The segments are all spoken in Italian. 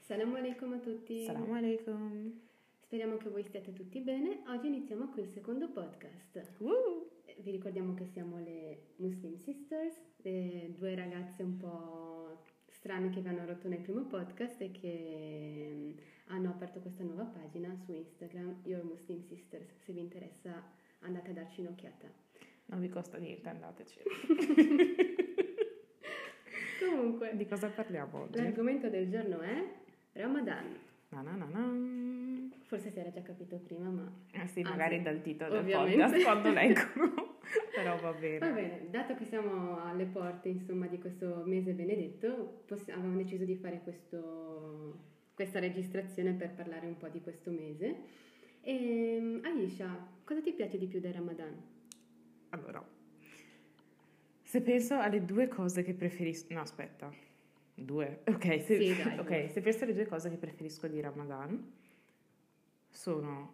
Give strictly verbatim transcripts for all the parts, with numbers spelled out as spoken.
Salam alaikum a tutti. Salam alaikum. Speriamo che voi stiate tutti bene. Oggi iniziamo col secondo podcast. Uh. Vi ricordiamo che siamo le Muslim Sisters, le due ragazze un po' strane che vi hanno rotto nel primo podcast e che hanno aperto questa nuova pagina su Instagram, Your Muslim Sisters. Se vi interessa andate a darci un'occhiata. Non vi costa niente, andateci. Comunque, di cosa parliamo oggi? L'argomento del giorno è Ramadan. Na na na na. Forse si era già capito prima, ma... Eh sì, magari dal titolo del ovviamente. podcast quando leggono, però va bene. Va bene, dato che siamo alle porte, insomma, di questo mese benedetto, poss- avevamo deciso di fare questo, questa registrazione per parlare un po' di questo mese. E, Aisha, cosa ti piace di più del Ramadan? Allora, se penso alle due cose che preferisco... No, aspetta. Due? Ok, se, sì, dai, ok, due. se penso alle due cose che preferisco di Ramadan, sono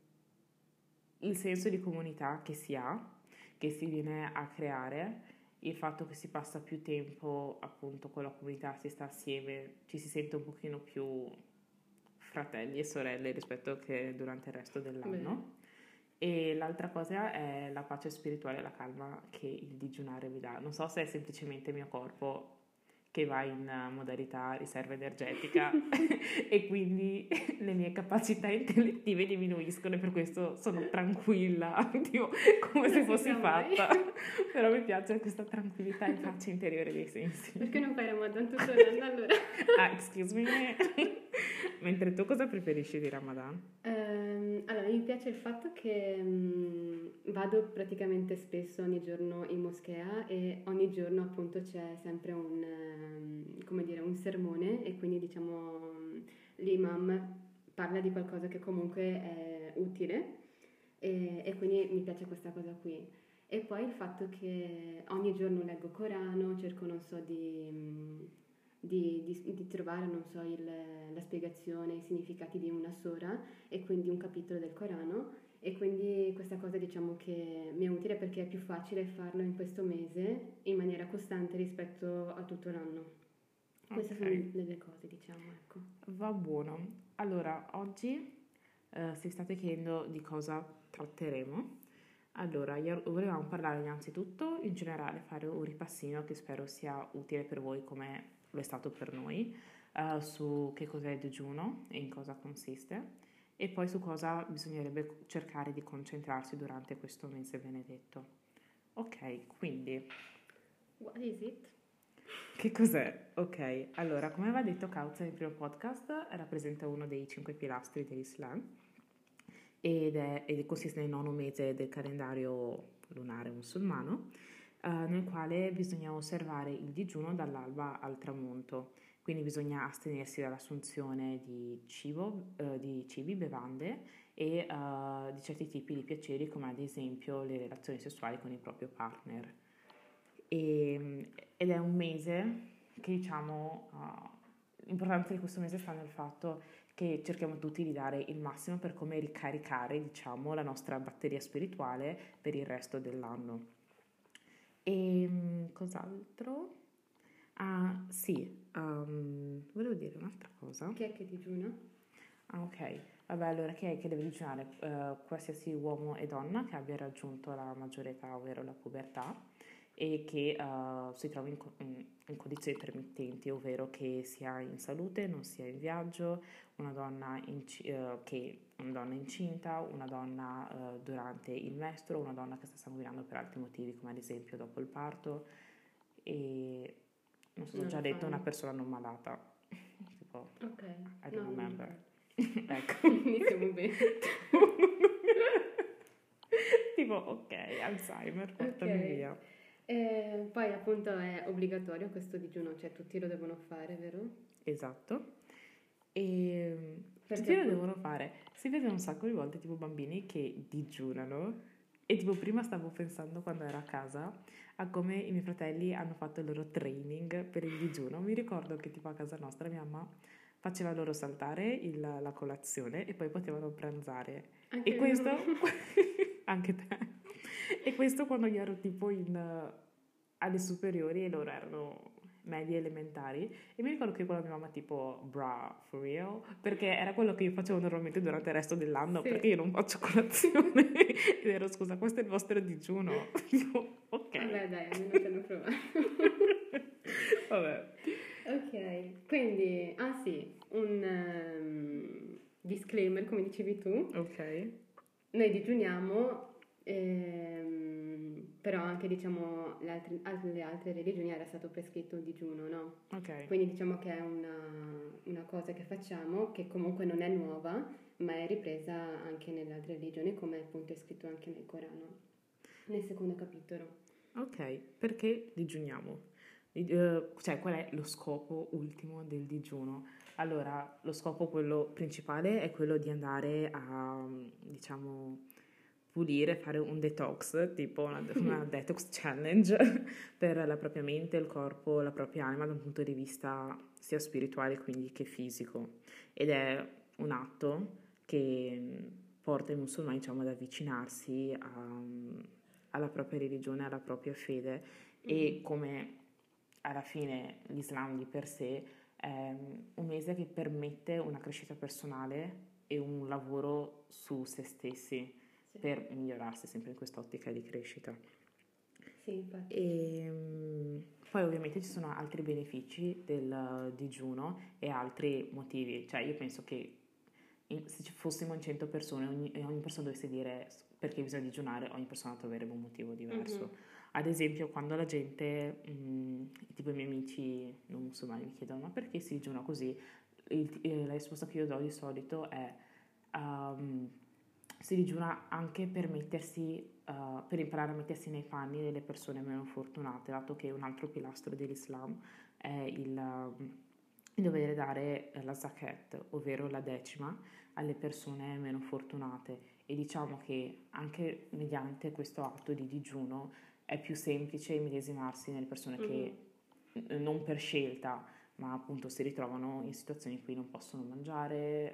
il senso di comunità che si ha, che si viene a creare, il fatto che si passa più tempo appunto con la comunità, si sta assieme, ci si sente un pochino più fratelli e sorelle rispetto che durante il resto dell'anno. Beh. E l'altra cosa è la pace spirituale e la calma che il digiunare mi dà. Non so se è semplicemente il mio corpo che va in modalità riserva energetica e quindi le mie capacità intellettive diminuiscono e per questo sono tranquilla, tipo, come se fossi fatta. Però mi piace questa tranquillità e pace interiore dei sensi. Perché non fai Ramadan tutto l'anno allora? Ah, excuse me. Mentre tu cosa preferisci di Ramadan? Um, allora, mi piace il fatto che um, vado praticamente spesso ogni giorno in moschea e ogni giorno appunto c'è sempre un, um, come dire, un sermone e quindi diciamo um, l'imam parla di qualcosa che comunque è utile e, e quindi mi piace questa cosa qui. E poi il fatto che ogni giorno leggo Corano, cerco non so di... Um, Di, di, di trovare, non so, il, la spiegazione, i significati di una sura e quindi un capitolo del Corano e quindi questa cosa diciamo che mi è utile perché è più facile farlo in questo mese in maniera costante rispetto a tutto l'anno. Queste okay. sono le due cose, diciamo, ecco. Va buono. Allora, oggi eh, si state chiedendo di cosa tratteremo. Allora, volevamo parlare innanzitutto, in generale, fare un ripassino che spero sia utile per voi come lo è stato per noi, uh, su che cos'è il digiuno e in cosa consiste, e poi su cosa bisognerebbe cercare di concentrarsi durante questo mese benedetto. Ok, quindi... What is it? Che cos'è? Ok, allora, come aveva detto Kauza nel primo podcast, rappresenta uno dei cinque pilastri dell'Islam ed, è, ed consiste nel nono mese del calendario lunare musulmano, Uh, nel quale bisogna osservare il digiuno dall'alba al tramonto, quindi bisogna astenersi dall'assunzione di cibo, uh, di cibi, bevande e uh, di certi tipi di piaceri come ad esempio le relazioni sessuali con il proprio partner. E, ed è un mese che diciamo, uh, l'importanza di questo mese sta nel fatto che cerchiamo tutti di dare il massimo per come ricaricare diciamo la nostra batteria spirituale per il resto dell'anno. E cos'altro? Ah, sì, um, volevo dire un'altra cosa. Chi è che digiuna? Ah, ok. Vabbè, allora chi è che deve digiunare? Uh, qualsiasi uomo e donna che abbia raggiunto la maggiore età, ovvero la pubertà, e che uh, si trovi in, in, in condizioni permittenti, ovvero che sia in salute, non sia in viaggio, una donna, inci- uh, che, una donna incinta, una donna uh, durante il menstruo, una donna che sta sanguinando per altri motivi, come ad esempio dopo il parto, e non so se ho già detto una persona non malata, tipo, ok, I don't no, remember. No. Ecco. Iniziamo bene. Tipo, ok, Alzheimer, portami okay. via. E poi appunto è obbligatorio questo digiuno, cioè tutti lo devono fare, vero? Esatto. E Perché tutti lo appunto... devono fare. Si vede un sacco di volte tipo bambini che digiunano e tipo prima stavo pensando quando ero a casa a come i miei fratelli hanno fatto il loro training per il digiuno. Mi ricordo che tipo a casa nostra mia mamma faceva loro saltare il, la colazione e poi potevano pranzare. Anche e questo anche te. E questo quando io ero tipo in, alle superiori e loro erano medie elementari, e mi ricordo che quella mia mamma tipo, bra, for real? Perché era quello che io facevo normalmente durante il resto dell'anno, Sì. perché io non faccio colazione. Ed ero, scusa, questo è il vostro digiuno. Io, ok. Vabbè, dai, almeno ci hanno provato. Vabbè. Ok, quindi, ah sì, un ehm, disclaimer, come dicevi tu. Ok. Noi digiuniamo, ehm, però anche, diciamo, le altre, al- le altre religioni era stato prescritto il digiuno, no? Ok. Quindi diciamo che è una, una cosa che facciamo, che comunque non è nuova, ma è ripresa anche nelle altre religioni, come appunto è scritto anche nel Corano, nel secondo capitolo. Ok, perché digiuniamo? Di- eh, cioè, qual è lo scopo ultimo del digiuno? Allora, lo scopo quello principale è quello di andare a, diciamo, pulire, fare un detox, tipo una, una detox challenge per la propria mente, il corpo, la propria anima da un punto di vista sia spirituale quindi che fisico. Ed è un atto che mh, porta i musulmani, diciamo, ad avvicinarsi a, alla propria religione, alla propria fede, e come alla fine l'Islam di per sé è un mese che permette una crescita personale e un lavoro su se stessi Sì, per migliorarsi sempre in quest'ottica di crescita. sì, infatti. E mm, poi ovviamente ci sono altri benefici del digiuno e altri motivi, cioè io penso che in- se ci fossimo in cento persone ogni, e ogni persona dovesse dire s- perché bisogna digiunare, ogni persona troverebbe un motivo diverso. Mhm. Ad esempio, quando la gente, mm, tipo i miei amici non musulmani mi chiedono ma perché si digiuna così, Il- eh, la risposta che io do di solito è ehm, si digiuna anche per mettersi, eh, per imparare a mettersi nei panni delle persone meno fortunate, dato che un altro pilastro dell'Islam è il, ehm, il dovere dare la zakat, ovvero la decima, alle persone meno fortunate. E diciamo che anche mediante questo atto di digiuno è più semplice immedesimarsi nelle persone Mhm. che eh, non per scelta, ma appunto si ritrovano in situazioni in cui non possono mangiare,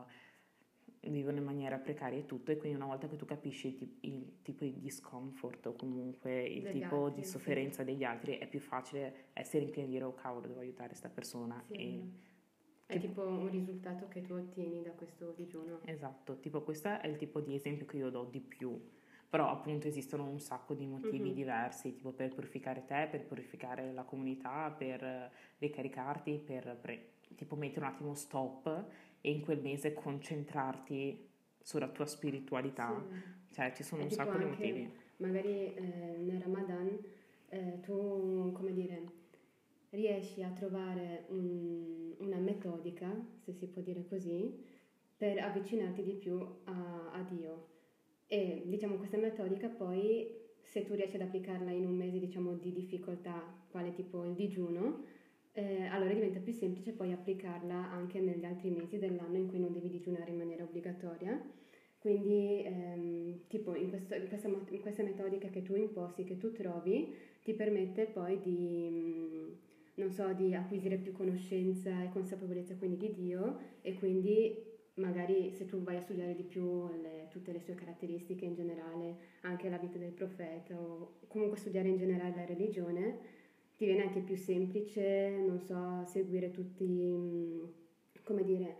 eh, vivono in maniera precaria e tutto, e quindi una volta che tu capisci il, ti- il tipo di discomfort o comunque il Degli tipo di altri, sì. sofferenza degli altri, è più facile essere in piedi e dire oh cavolo, devo aiutare questa persona. Sì, è E vero. È che- tipo un risultato che tu ottieni da questo digiuno. esatto, tipo questo è il tipo di esempio che io do di più. Però appunto esistono un sacco di motivi Mhm. diversi, tipo per purificare te, per purificare la comunità, per eh, ricaricarti, per pre- tipo mettere un attimo stop e in quel mese concentrarti sulla tua Sì, è spiritualità. vero. Cioè ci sono È un tipo sacco di anche, motivi. magari eh, nel Ramadan eh, tu, come dire, riesci a trovare un- una metodica, se si può dire così, per avvicinarti di più a, a Dio. E diciamo questa metodica poi, se tu riesci ad applicarla in un mese diciamo di difficoltà, quale tipo il digiuno, eh, allora diventa più semplice poi applicarla anche negli altri mesi dell'anno in cui non devi digiunare in maniera obbligatoria. Quindi, ehm, tipo, in, questo- in questa, mo- in questa metodica che tu imposti, che tu trovi, ti permette poi di, mm, non so, di acquisire più conoscenza e consapevolezza quindi di Dio, e quindi magari se tu vai a studiare di più le- tutte le sue caratteristiche in generale, anche la vita del profeta, o comunque studiare in generale la religione, ti viene anche più semplice, non so, seguire tutti, mm, come dire,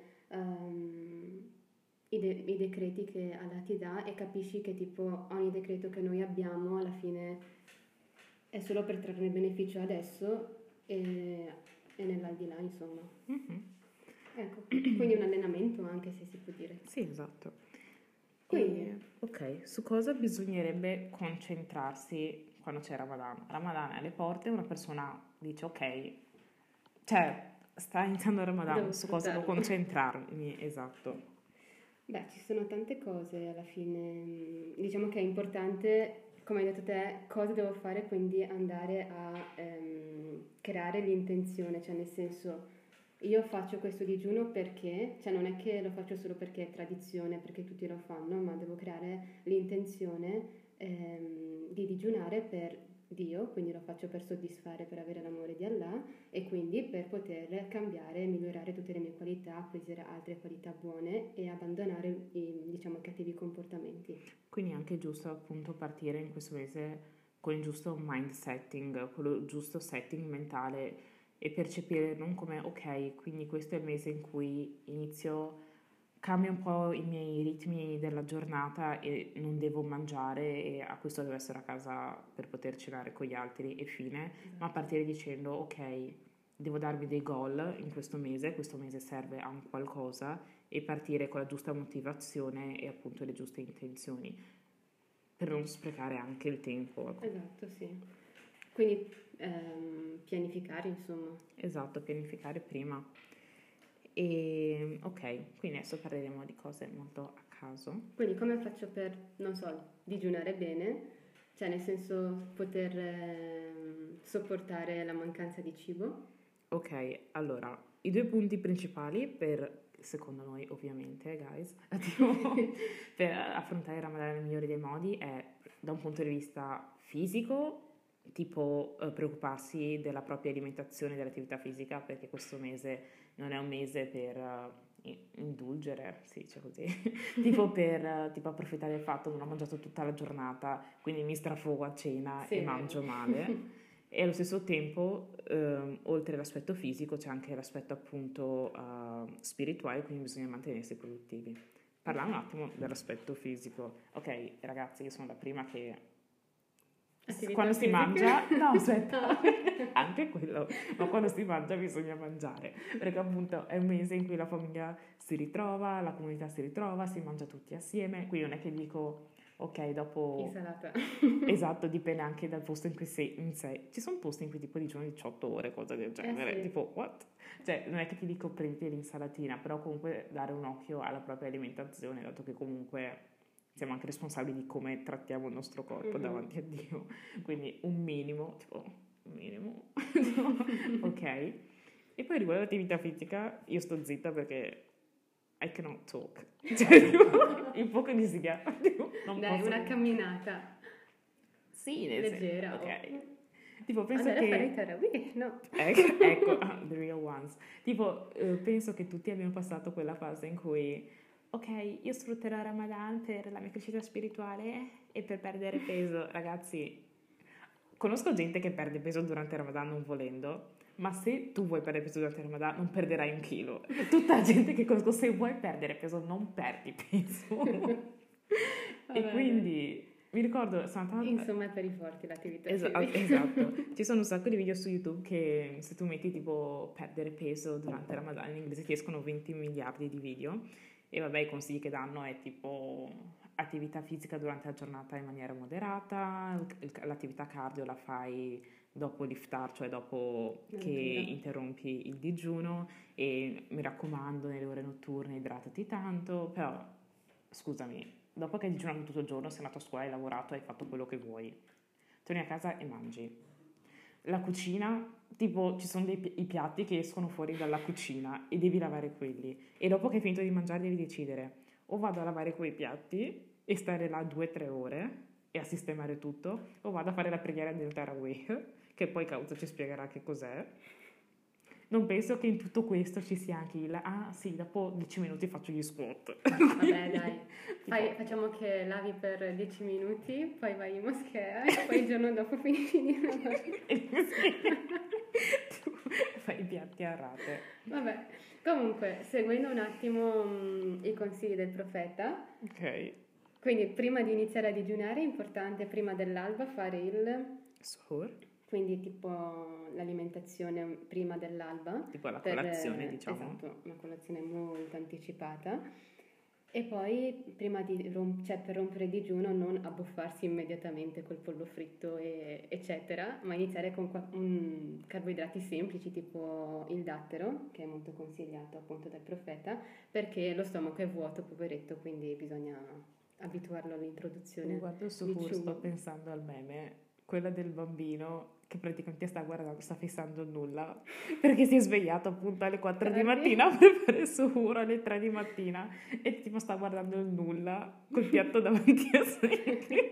ehm, i, de- i decreti che Allah ti dà, e capisci che tipo ogni decreto che noi abbiamo alla fine è solo per trarne beneficio adesso e, e nell'aldilà, insomma. Mhm. Ecco, quindi un allenamento anche, se si può dire. Sì, esatto. Quindi, E, ok, su cosa bisognerebbe concentrarsi quando c'è Ramadan? Ramadan è alle porte, una persona dice ok, cioè sta iniziando il Ramadan, devo su cosa devo sfruttarlo. concentrarmi? Esatto. Beh, ci sono tante cose alla fine. Diciamo che è importante, come hai detto te, cosa devo fare, quindi andare a ehm, creare l'intenzione, cioè nel senso io faccio questo digiuno perché, cioè non è che lo faccio solo perché è tradizione, perché tutti lo fanno, ma devo creare l'intenzione ehm, di digiunare per Dio, quindi lo faccio per soddisfare, per avere l'amore di Allah, e quindi per poter cambiare, migliorare tutte le mie qualità, acquisire altre qualità buone e abbandonare i, diciamo, i cattivi comportamenti. Quindi è anche giusto appunto partire in questo mese con il giusto mind setting, con il giusto setting mentale e percepire non come ok, quindi questo è il mese in cui inizio, cambio un po' i miei ritmi della giornata e non devo mangiare e a questo devo essere a casa per poter cenare con gli altri e fine, Esatto. ma partire dicendo ok, devo darmi dei goal in questo mese, questo mese serve a un qualcosa e partire con la giusta motivazione e appunto le giuste intenzioni per non sprecare anche il tempo. Ecco. Esatto, sì. Quindi ehm, pianificare, insomma. Esatto, pianificare prima. E ok, quindi adesso parleremo di cose molto a caso. Quindi come faccio per, non so, digiunare bene? Cioè nel senso poter ehm, sopportare la mancanza di cibo? Ok, allora, i due punti principali per, secondo noi ovviamente, guys, tipo, per affrontare il Ramadan nel migliore dei modi è da un punto di vista fisico, tipo eh, preoccuparsi della propria alimentazione e dell'attività fisica, perché questo mese non è un mese per uh, indulgere, si dice così, tipo per uh, tipo approfittare del fatto che non ho mangiato tutta la giornata, quindi mi strafogo a cena Sì, e è vero. mangio male. E allo stesso tempo, ehm, oltre all'aspetto fisico, c'è anche l'aspetto appunto uh, spirituale, quindi bisogna mantenersi produttivi. Parliamo un attimo dell'aspetto fisico. Ok, ragazzi, io sono la prima che Attività quando si fisiche? mangia, no, aspetta, anche quello, ma quando si mangia bisogna mangiare, perché appunto è un mese in cui la famiglia si ritrova, la comunità si ritrova, si mangia tutti assieme, quindi non è che dico, ok, dopo... Insalata. Esatto, dipende anche dal posto in cui sei in sé. Ci sono posti in cui tipo dicono diciotto ore, cose del genere, sì. tipo what? Cioè, non è che ti dico prenditi l'insalatina, però comunque dare un occhio alla propria alimentazione, dato che comunque siamo anche responsabili di come trattiamo il nostro corpo Mhm. davanti a Dio. Quindi un minimo, tipo, un minimo, ok? E poi riguardo all'attività fisica, io sto zitta perché I cannot talk. Cioè, tipo, il poco di siga, tipo, non Dai, posso una dire. camminata Sì, nel leggera. senso, ok. o- Tipo, penso Andare a fare i che... tarawih, no? Ecco, ecco, ah, the real ones. Tipo, eh, penso che tutti abbiamo passato quella fase in cui, ok, io sfrutterò Ramadan per la mia crescita spirituale e per perdere peso. Ragazzi, conosco gente che perde peso durante Ramadan non volendo, ma se tu vuoi perdere peso durante Ramadan non perderai un chilo. Tutta la gente che conosco, se vuoi perdere peso non perdi peso. Va E bene. quindi... Mi ricordo, sono andata... Insomma, è per i forti l'attività Esa- fisica. esatto, ci sono un sacco di video su YouTube che se tu metti tipo perdere peso durante Ramadan in inglese ti escono venti miliardi di video e vabbè i consigli che danno è tipo attività fisica durante la giornata in maniera moderata, il- l'attività cardio la fai dopo l'iftar, cioè dopo che Addirittura. interrompi il digiuno e mi raccomando nelle ore notturne idratati tanto, però scusami, dopo che hai digiunato tutto il giorno sei andato a scuola, hai lavorato, hai fatto quello che vuoi. Torni a casa e mangi. La cucina, tipo, ci sono dei pi- i piatti che escono fuori dalla cucina e devi lavare quelli. E dopo che hai finito di mangiare devi decidere o vado a lavare quei piatti e stare là due o tre ore e a sistemare tutto, o vado a fare la preghiera del Tarawih, che poi Causa ci spiegherà che cos'è. Non penso che in tutto questo ci sia anche il ah sì, dopo dieci minuti faccio gli squat. Vabbè, dai. Fai- Tipo, facciamo che lavi per dieci minuti, poi vai in moschea e poi il giorno dopo finisci di lavare. e così tu fai i piatti a rate. Vabbè, comunque, seguendo un attimo mm, i consigli del profeta, Ok. quindi prima di iniziare a digiunare è importante prima dell'alba fare il, Suhur, quindi tipo l'alimentazione prima dell'alba, tipo la per, colazione, eh, diciamo. esatto, una colazione molto anticipata. E poi prima di rom- cioè per rompere il digiuno non abbuffarsi immediatamente col pollo fritto e- eccetera, ma iniziare con qua- un- carboidrati semplici tipo il dattero, che è molto consigliato appunto dal profeta, perché lo stomaco è vuoto, poveretto, quindi bisogna abituarlo all'introduzione Guardo il di Suhur, sto cibo. pensando al meme, quella del bambino che praticamente sta guardando, sta fissando il nulla, perché si è svegliato appunto alle quattro di Tardi. mattina per fare il Suhur alle tre di mattina e tipo sta guardando il nulla col piatto davanti a sé.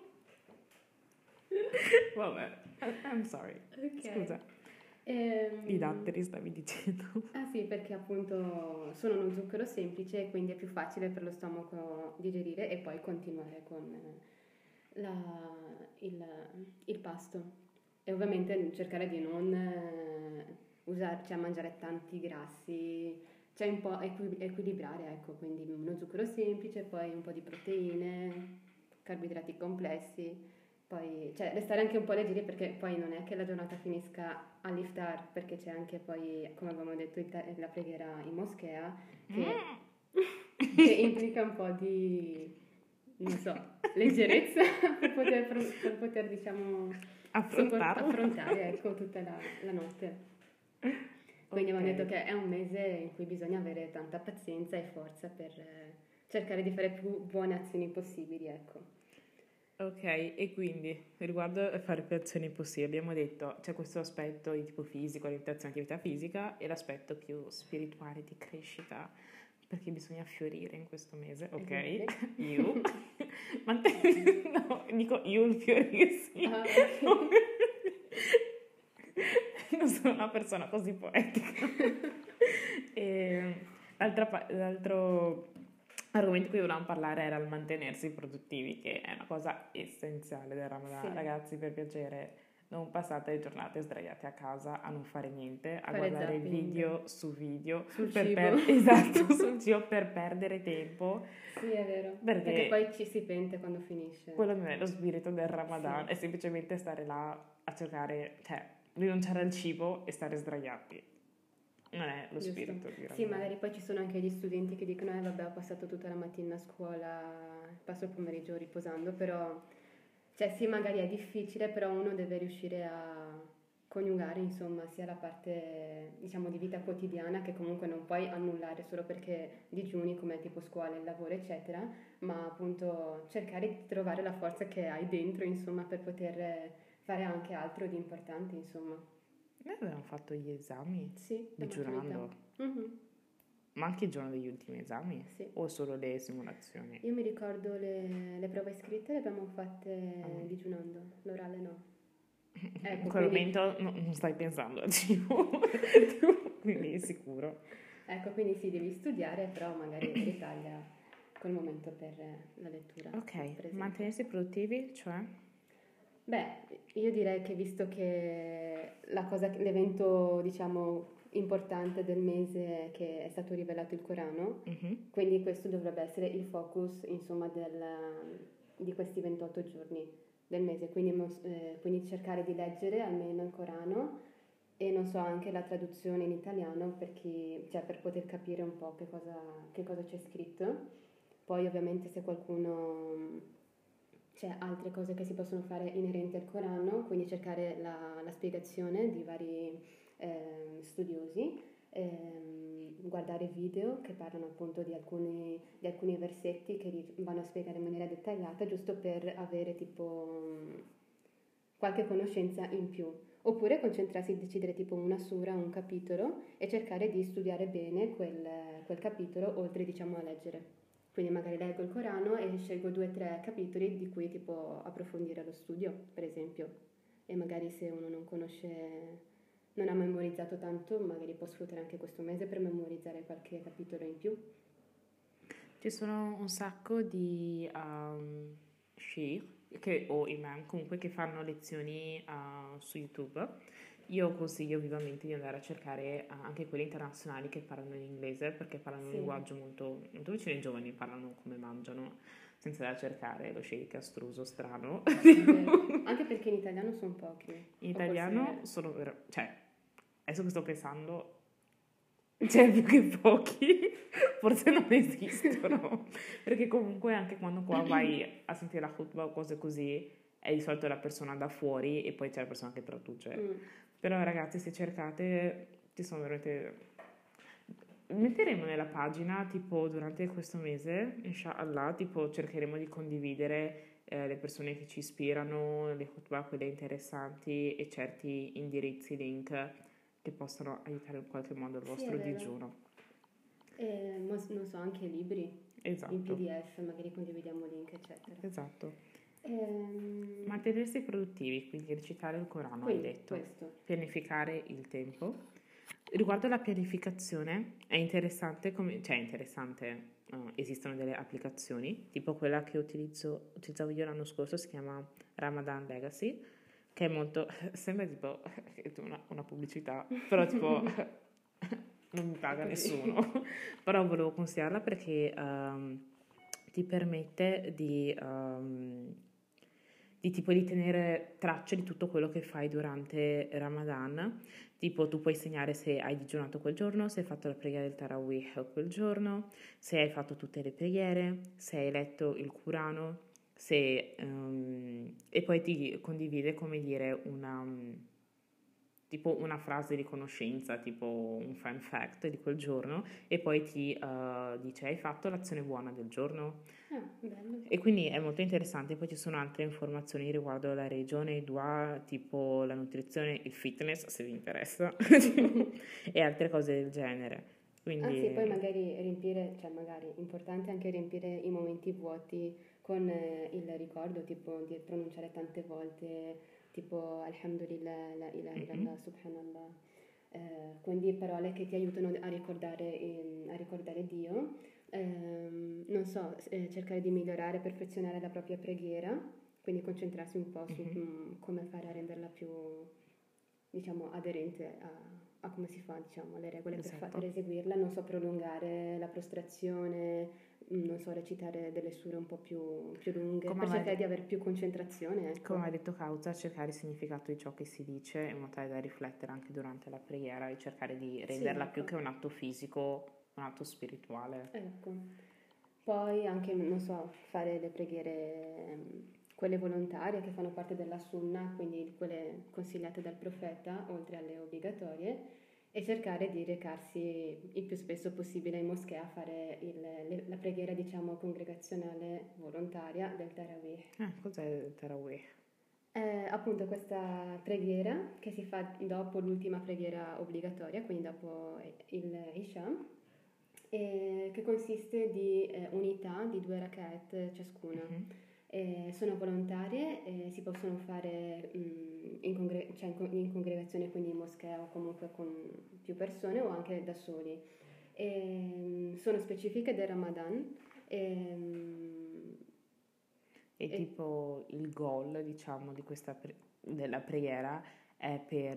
Vabbè, I'm sorry. Ok. Scusa, Ehm, i datteri stavi dicendo. Ah sì, perché appunto sono uno zucchero semplice, quindi è più facile per lo stomaco digerire e poi continuare con eh, la- il, il pasto. E ovviamente cercare di non, eh, usare, cioè mangiare tanti grassi, cioè un po' equi- equilibrare, ecco, quindi uno zucchero semplice, poi un po' di proteine, carboidrati complessi, poi cioè restare anche un po' leggeri perché poi non è che la giornata finisca all'iftar, perché c'è anche poi, come abbiamo detto, il ta- la preghiera in moschea che, che implica un po' di, non so, leggerezza per poter, per poter diciamo, sopport- Affrontarlo. affrontare ecco, tutta la, la notte. Quindi Ok. abbiamo detto che è un mese in cui bisogna avere tanta pazienza e forza per eh, cercare di fare più buone azioni possibili, ecco. Ok, e quindi riguardo a fare più azioni possibili, abbiamo detto c'è questo aspetto di tipo fisico, alimentazione, attività fisica e l'aspetto più spirituale di crescita, perché bisogna fiorire in questo mese, ok? Esatto. Io, ma te, no, dico io il fiorirsi. Ah, ok. Non sono una persona così poetica. E l'altra pa- l'altro argomento di cui volevamo parlare era il mantenersi produttivi, che è una cosa essenziale del Ramadan. Sì. Ragazzi, per piacere, non passate le giornate sdraiate a casa a non fare niente, a Fare guardare zapping. video su video. Sul per cibo. per- esatto, sul cibo per perdere tempo. Sì, è vero. Perché Perché poi ci si pente quando finisce. quello non è lo spirito del Ramadan, Sì. è semplicemente stare là a cercare, cioè, rinunciare al cibo e stare sdraiati. Non è lo Giusto. spirito di Ramadan. Sì, magari poi ci sono anche gli studenti che dicono, eh vabbè, ho passato tutta la mattina a scuola, passo il pomeriggio riposando, però, cioè sì, magari è difficile, però uno deve riuscire a coniugare, insomma, sia la parte, diciamo, di vita quotidiana, che comunque non puoi annullare solo perché digiuni, come tipo scuola, il lavoro, eccetera, ma appunto cercare di trovare la forza che hai dentro, insomma, per poter fare anche altro di importante, insomma. Noi avevamo fatto gli esami Sì, la digiunando, maturità. Mhm, ma anche il giorno degli ultimi esami sì. o solo le simulazioni? Io mi ricordo le, le prove scritte le abbiamo fatte Ah. digiunando, l'orale no. In Ecco, quel quindi, momento no- non stai pensando al cibo, quindi sicuro. ecco, quindi sì, devi studiare, però magari ritaglia quel momento per la lettura, per Ok, esempio. mantenersi produttivi, cioè? Beh, io direi che visto che la cosa, l'evento, diciamo, importante del mese è che è stato rivelato il Corano, Mhm. quindi questo dovrebbe essere il focus, insomma, del- di questi ventotto giorni del mese, quindi, mos- eh, quindi cercare di leggere almeno il Corano e non so anche la traduzione in italiano per chi- cioè per poter capire un po' che cosa, che cosa c'è scritto. Poi ovviamente se qualcuno mh, c'è altre cose che si possono fare inerenti al Corano, quindi cercare la, la spiegazione di vari ehm, studiosi, ehm, guardare video che parlano appunto di alcuni, di alcuni versetti che li vanno a spiegare in maniera dettagliata, giusto per avere tipo mh, qualche conoscenza in più. Oppure concentrarsi, decidere tipo una sura, un capitolo e cercare di studiare bene quel, quel capitolo oltre diciamo a leggere. Quindi magari leggo il Corano e scelgo due o tre capitoli di cui tipo approfondire lo studio, per esempio. E magari se uno non conosce, non ha memorizzato tanto, magari può sfruttare anche questo mese per memorizzare qualche capitolo in più. Ci sono un sacco di um, sheikh che, o imam comunque che fanno lezioni uh, su YouTube. Io consiglio vivamente di andare a cercare uh, anche quelli internazionali che parlano in inglese perché parlano un Sì. linguaggio molto, molto vicino ai giovani, parlano come mangiano senza da cercare lo sheikh astruso strano. Vero. Anche perché in italiano sono pochi. In O italiano forse- sono ver- cioè adesso che sto pensando c'è più che pochi, forse non esistono, perché comunque anche quando qua vai a sentire la khutbah o cose così, è di solito la persona da fuori e poi c'è la persona che traduce. Mm. Però ragazzi, se cercate, ci sono veramente... Metteremo nella pagina, tipo, durante questo mese, inshallah, tipo, cercheremo di condividere eh, le persone che ci ispirano, le khutbah, quelle interessanti e certi indirizzi, link che possono aiutare in qualche modo il Sì, vostro è vero. digiuno. E, mo- non so, anche libri in Esatto, P D F, magari condividiamo link, eccetera. esatto. Ehm, Mantenersi produttivi, quindi recitare il Corano, hai quindi detto. questo. Pianificare il tempo. Riguardo alla pianificazione, è interessante, come, cioè è interessante, eh, esistono delle applicazioni, tipo quella che utilizzo, utilizzavo io l'anno scorso, si chiama Ramadan Legacy, che è molto, sembra tipo una, una pubblicità, però tipo non mi paga nessuno, però volevo consigliarla perché um, ti permette di, um, di tipo di tenere traccia di tutto quello che fai durante Ramadan. Tipo tu puoi segnare se hai digiunato quel giorno, se hai fatto la preghiera del Tarawih quel giorno, se hai fatto tutte le preghiere, se hai letto il Corano, se, um, e poi ti condivide, come dire, una, um, tipo una frase di conoscenza, tipo un fun fact di quel giorno, e poi ti uh, dice hai fatto l'azione buona del giorno. Ah, bello. E quindi è molto interessante. Poi ci sono altre informazioni riguardo la regione, i dua, tipo la nutrizione, il fitness, se vi interessa, e altre cose del genere. Quindi... Ah sì, poi magari riempire, cioè magari importante anche riempire i momenti vuoti con eh, il ricordo, tipo di pronunciare tante volte, tipo Alhamdulillah, la ilaha mm-hmm. illallah, subhanallah, eh, quindi parole che ti aiutano a ricordare, ehm, a ricordare Dio. Ehm, non so, eh, cercare di migliorare, perfezionare la propria preghiera, quindi concentrarsi un po' su Mm-hmm. mm, come fare a renderla più, diciamo, aderente a, a come si fa, diciamo, le regole per, fa- Esatto. per eseguirla, non so, prolungare la prostrazione, mm, non so, recitare delle sure un po' più, più lunghe, Come per mai- cercare di avere più concentrazione, ecco. Come ha detto Kauza, cercare il significato di ciò che si dice in modo tale da riflettere anche durante la preghiera e cercare di renderla ecco. più che un atto fisico, un atto spirituale. Ecco. Poi anche, non so, fare le preghiere, ehm, quelle volontarie che fanno parte della sunna, quindi quelle consigliate dal profeta, oltre alle obbligatorie, e cercare di recarsi il più spesso possibile in moschea a fare il- le- la preghiera, diciamo, congregazionale volontaria del Tarawih. Eh, cos'è il Tarawih? È appunto questa preghiera che si fa dopo l'ultima preghiera obbligatoria, quindi dopo il Isha, e che consiste di eh, unità di due rak'at ciascuna. Mm-hmm. E sono volontarie e si possono fare mh, in, congre- cioè in, con- in congregazione, quindi in moschea o comunque con più persone o anche da soli. E, mh, sono specifiche del Ramadan. E, mh, E e- tipo il goal, diciamo, di questa pre- della preghiera è per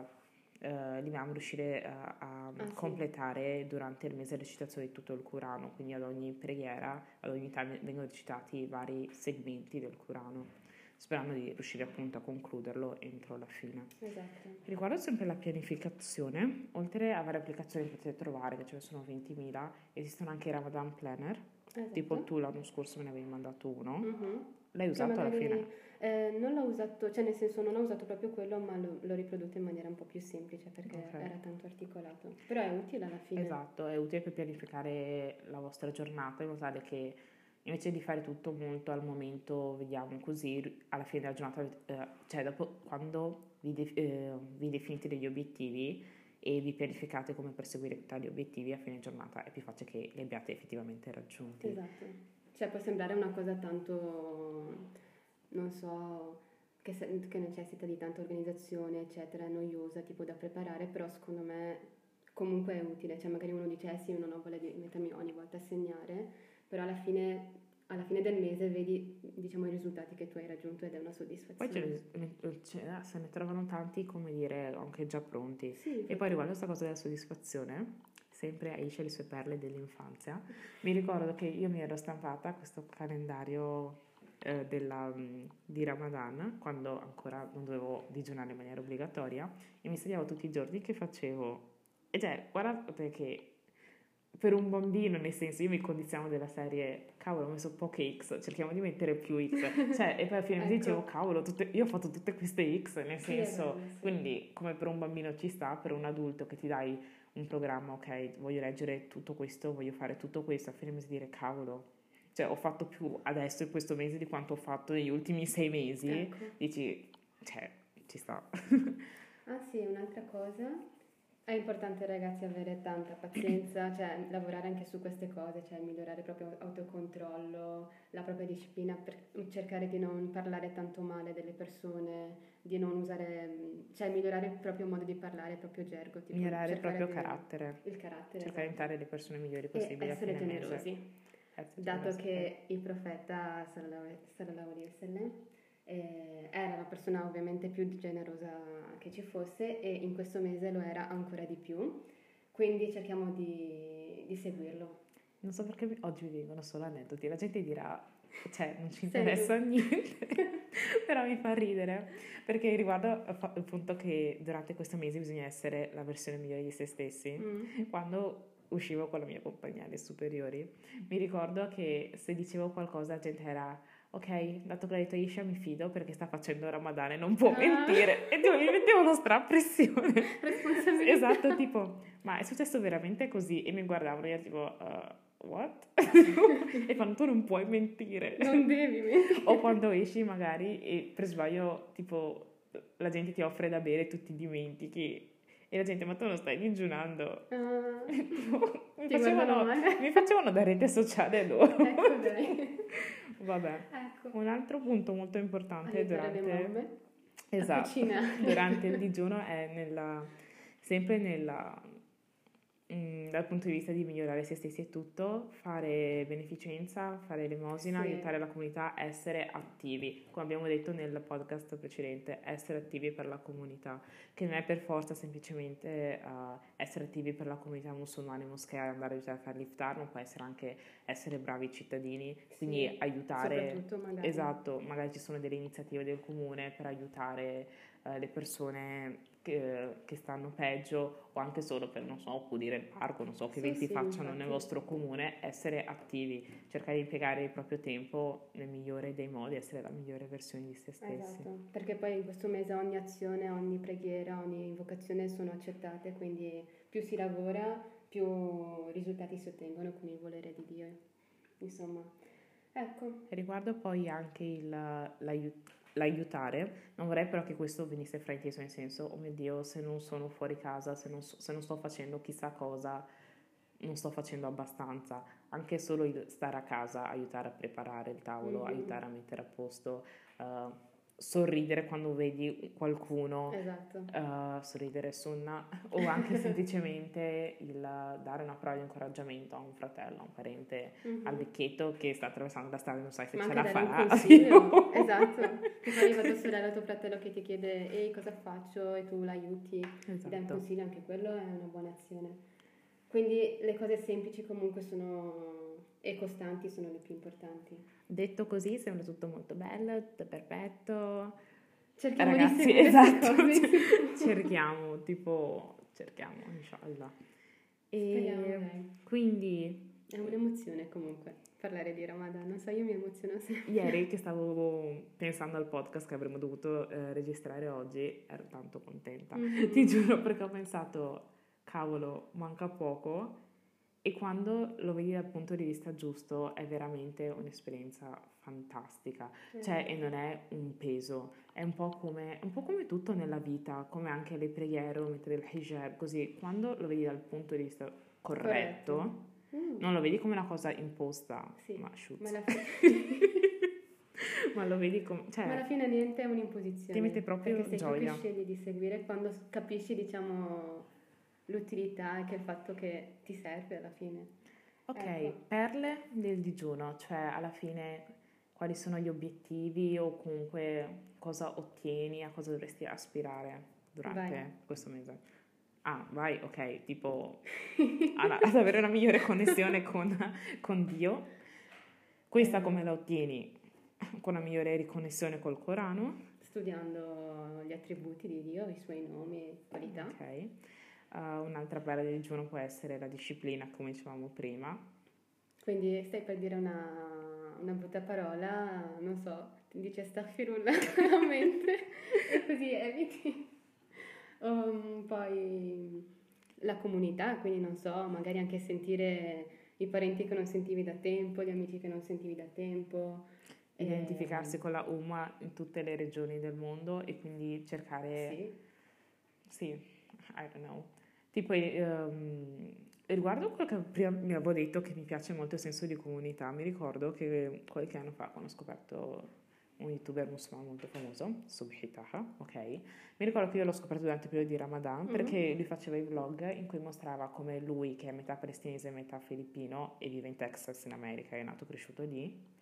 eh, l'imam riuscire a, a ah, sì. completare durante il mese la recitazione di tutto il Corano, quindi ad ogni preghiera, ad ogni time vengono recitati vari segmenti del Corano, sperando di riuscire appunto a concluderlo entro la fine. Esatto. Riguardo sempre la pianificazione, oltre a varie applicazioni che potete trovare, che ce ne sono ventimila, esistono anche i Ramadan Planner. Esatto. Tipo tu l'anno scorso me ne avevi mandato uno, mm-hmm. l'hai usato magari, alla fine? Eh, non l'ho usato, cioè nel senso non ho usato proprio quello, ma lo- l'ho riprodotto in maniera un po' più semplice perché Ok. era tanto articolato. Però è utile alla fine. Esatto, è utile per pianificare la vostra giornata in modo tale che invece di fare tutto molto al momento, vediamo così, alla fine della giornata, eh, cioè dopo quando vi, de- eh, vi definite degli obiettivi e vi pianificate come perseguire tali obiettivi a fine giornata, è più facile che li abbiate effettivamente raggiunti. Esatto. Cioè può sembrare una cosa tanto, non so, che, se- che necessita di tanta organizzazione, eccetera, è noiosa, tipo da preparare, però secondo me comunque è utile. Cioè magari uno dice, eh sì, io non ho voglia di mettermi ogni volta a segnare, però alla fine, alla fine del mese vedi, diciamo, i risultati che tu hai raggiunto ed è una Poi soddisfazione. ce ne- ce- se ne trovano tanti, come dire, anche già pronti. Sì, E infatti. poi riguardo a questa cosa della soddisfazione, sempre Aisha e le sue perle dell'infanzia, mi ricordo che io mi ero stampata questo calendario eh, della, mm, di Ramadan, quando ancora non dovevo digiunare in maniera obbligatoria, e mi segnavo tutti i giorni che facevo. E cioè, guardate che per un bambino, nel senso, io mi condizionavo della serie, cavolo, ho messo poche X, cerchiamo di mettere più X, cioè, e poi alla fine mi Ecco. dicevo, cavolo, tutte- io ho fatto tutte queste X, nel Sì, è senso, bello, sì. quindi come per un bambino ci sta, per un adulto che ti dai un programma, ok, voglio leggere tutto questo, voglio fare tutto questo, a fine mese dire, cavolo, cioè, ho fatto più adesso in questo mese di quanto ho fatto negli ultimi sei mesi, Ecco. dici, cioè, ci sta. Ah sì, un'altra cosa, è importante ragazzi avere tanta pazienza, cioè lavorare anche su queste cose, cioè migliorare il proprio autocontrollo, la propria disciplina, per cercare di non parlare tanto male delle persone, di non usare, cioè migliorare il proprio modo di parlare, il proprio gergo, tipo Migliorare il cercare proprio di- carattere, il carattere, cercare di esatto. diventare le persone migliori E possibili a essere fine mese. generosi, Essere dato generosi, ok. che il profeta sallallahu sallallahu alaihi wasallam eh, era la persona ovviamente più generosa che ci fosse e in questo mese lo era ancora di più, quindi cerchiamo di, di seguirlo. Non so perché oggi mi vengono solo aneddoti, la gente dirà, cioè non ci Sei interessa tu. niente, però mi fa ridere, perché riguardo al punto che durante questo mese bisogna essere la versione migliore di se stessi. Mm. Quando uscivo con la mia compagnia alle superiori, mi ricordo che se dicevo qualcosa la gente era, ok, dato che l'ha detto Isha mi fido perché sta facendo Ramadan e non può Ah. mentire, e tipo, mi mettevo una strappressione. Responsabilità. Esatto, tipo, ma è successo veramente così? E mi guardavano e io tipo... Uh, what? E quando tu non puoi mentire, Non devi mentire. o quando esci magari e per sbaglio tipo la gente ti offre da bere e tu ti dimentichi e la gente ma tu non stai digiunando. Ah, Tipo, mi, ti guardano facevano, male. mi facevano da rete sociale loro. Ecco dai. Vabbè, Ecco. un altro punto molto importante Aiutare le durante mamme a esatto, cucinare. durante il digiuno è nella, sempre nella, mm, dal punto di vista di migliorare se stessi e tutto, fare beneficenza, fare elemosina, Sì. aiutare la comunità, essere attivi, come abbiamo detto nel podcast precedente, essere attivi per la comunità, che non è per forza semplicemente uh, essere attivi per la comunità musulmana in moschea e andare a aiutare a fare l'iftar, ma può essere anche essere bravi cittadini, quindi Sì, aiutare, soprattutto magari. esatto, magari ci sono delle iniziative del comune per aiutare uh, le persone che, che stanno peggio o anche solo per, non so, pulire il parco, non so che Sì, eventi sì, facciano infatti. nel vostro comune, essere attivi, cercare di impiegare il proprio tempo nel migliore dei modi, essere la migliore versione di se stessi. Esatto, perché poi in questo mese ogni azione, ogni preghiera, ogni invocazione sono accettate, quindi più si lavora, più risultati si ottengono con il volere di Dio. Insomma, ecco. Riguardo poi anche il, l'aiuto l'aiutare, non vorrei però che questo venisse frainteso nel senso, oh mio Dio, se non sono fuori casa, se non, se non sto facendo chissà cosa, non sto facendo abbastanza. Anche solo il stare a casa, aiutare a preparare il tavolo, Mm-hmm. aiutare a mettere a posto, uh, sorridere quando vedi qualcuno, esatto. uh, sorridere sunna, o anche semplicemente il dare una parola di incoraggiamento a un fratello, a un parente, mm-hmm. al vecchietto che sta attraversando la strada e non sai se Ma ce anche la dare farà. un consiglio, esatto. Che poi arriva tua sorella o tuo fratello che ti chiede ehi cosa faccio e tu l'aiuti, Esatto. ti dai un consiglio, anche quello è una buona azione. Quindi le cose semplici comunque sono e costanti sono le più importanti. Detto così sembra tutto molto bello, tutto perfetto. Cerchiamo Ragazzi, di seguire esatto, queste cose. cerchiamo, tipo, cerchiamo, inshallah. E Speriamo, dai. quindi... È un'emozione comunque parlare di Ramadan, non so, io mi emoziono sempre. Ieri che stavo pensando al podcast che avremmo dovuto eh, registrare oggi, ero tanto contenta, Mm-hmm. ti giuro, perché ho pensato, cavolo, manca poco, e quando lo vedi dal punto di vista giusto è veramente un'esperienza fantastica, Eh. cioè e non è un peso, è un po' come, un po' come tutto nella vita, come anche le preghiere o mettere il hijab, così quando lo vedi dal punto di vista corretto, Corretto. Mm. non lo vedi come una cosa imposta, Sì, ma shoot. ma alla fine... ma lo vedi come, cioè, ma alla fine niente è un'imposizione. ti mette proprio perché sei gioia. tu che scegli di seguire quando capisci, diciamo, l'utilità e che il fatto che ti serve alla fine. Ok, Ecco. perle del digiuno, cioè alla fine quali sono gli obiettivi o comunque cosa ottieni, a cosa dovresti aspirare durante Vai. questo mese? Ah, vai, ok, tipo ad, ad avere una migliore connessione con, con Dio. Questa Eh. come la ottieni? Con una migliore riconnessione col Corano. Studiando gli attributi di Dio, i suoi nomi e qualità. Ok. Uh, un'altra perla del digiuno può essere la disciplina, come dicevamo prima. Quindi stai per dire una, una brutta parola, non so, ti dice astaghfirullah a mente e così eviti. Um, poi la comunità, quindi non so, magari anche sentire i parenti che non sentivi da tempo, gli amici che non sentivi da tempo. Identificarsi e... con la Ummah in tutte le regioni del mondo e quindi cercare... Sì. Sì, I don't know. Tipo, um, riguardo quello che prima mi avevo detto che mi piace molto il senso di comunità, mi ricordo che qualche anno fa, quando ho scoperto un youtuber musulmano molto famoso, Subhi Taha, ok? Mi ricordo che io l'ho scoperto durante il periodo di Ramadan, mm-hmm. perché lui faceva i vlog in cui mostrava come lui, che è metà palestinese e metà filippino e vive in Texas in America, è nato e cresciuto lì,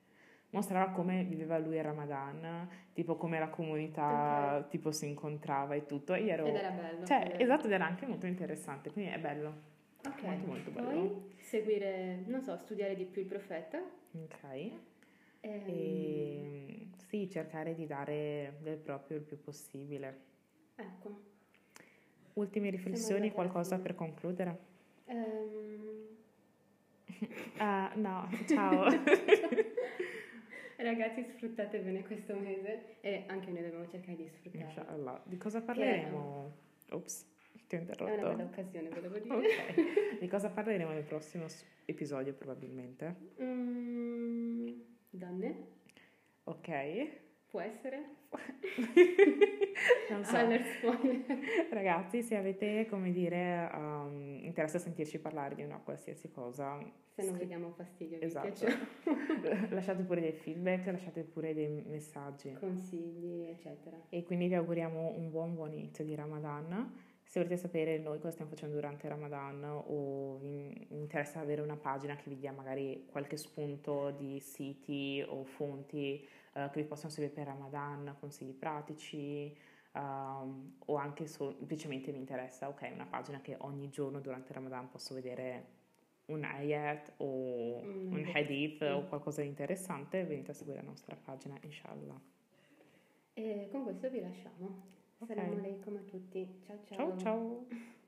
mostrava come viveva lui il Ramadan, tipo come la comunità Ok. tipo si incontrava e tutto. E io ero, Ed era bello. cioè, ed era- esatto, ed era anche molto interessante, quindi è bello, Ok, molto molto bello. poi seguire, non so, studiare di più il profeta. Ok. Ehm, E sì, cercare di dare del proprio il più possibile. ecco, Ultime siamo riflessioni, arrivati alla qualcosa fine. per concludere? Ehm, Ah, no, ciao. Ragazzi, sfruttate bene questo mese e anche noi dobbiamo cercare di sfruttarlo. Inshallah. Di cosa Che parleremo? Ops, ti ho è una bella interrotto. occasione, volevo dire. Ok. Di cosa parleremo nel prossimo s- episodio probabilmente? Mm, donne? Ok. Può essere? Non so. Aller spoiler. Ragazzi, se avete, come dire, um, interesse a sentirci parlare di una qualsiasi cosa, Se non scri- vi diamo fastidio, vi esatto. piace. Lasciate pure dei feedback, lasciate pure dei messaggi. Consigli, eccetera. E quindi vi auguriamo un buon buon inizio di Ramadan. Se volete sapere noi cosa stiamo facendo durante Ramadan o vi interessa avere una pagina che vi dia magari qualche spunto di siti o fonti eh, che vi possono servire per Ramadan, consigli pratici, ehm, o anche so- semplicemente vi interessa, ok, una pagina che ogni giorno durante Ramadan posso vedere un ayat o Mm, un hadith mm. o qualcosa di interessante, venite a seguire la nostra pagina, inshallah. E con questo vi lasciamo. Ok. Salam alaikum a tutti. Ciao Ciao ciao!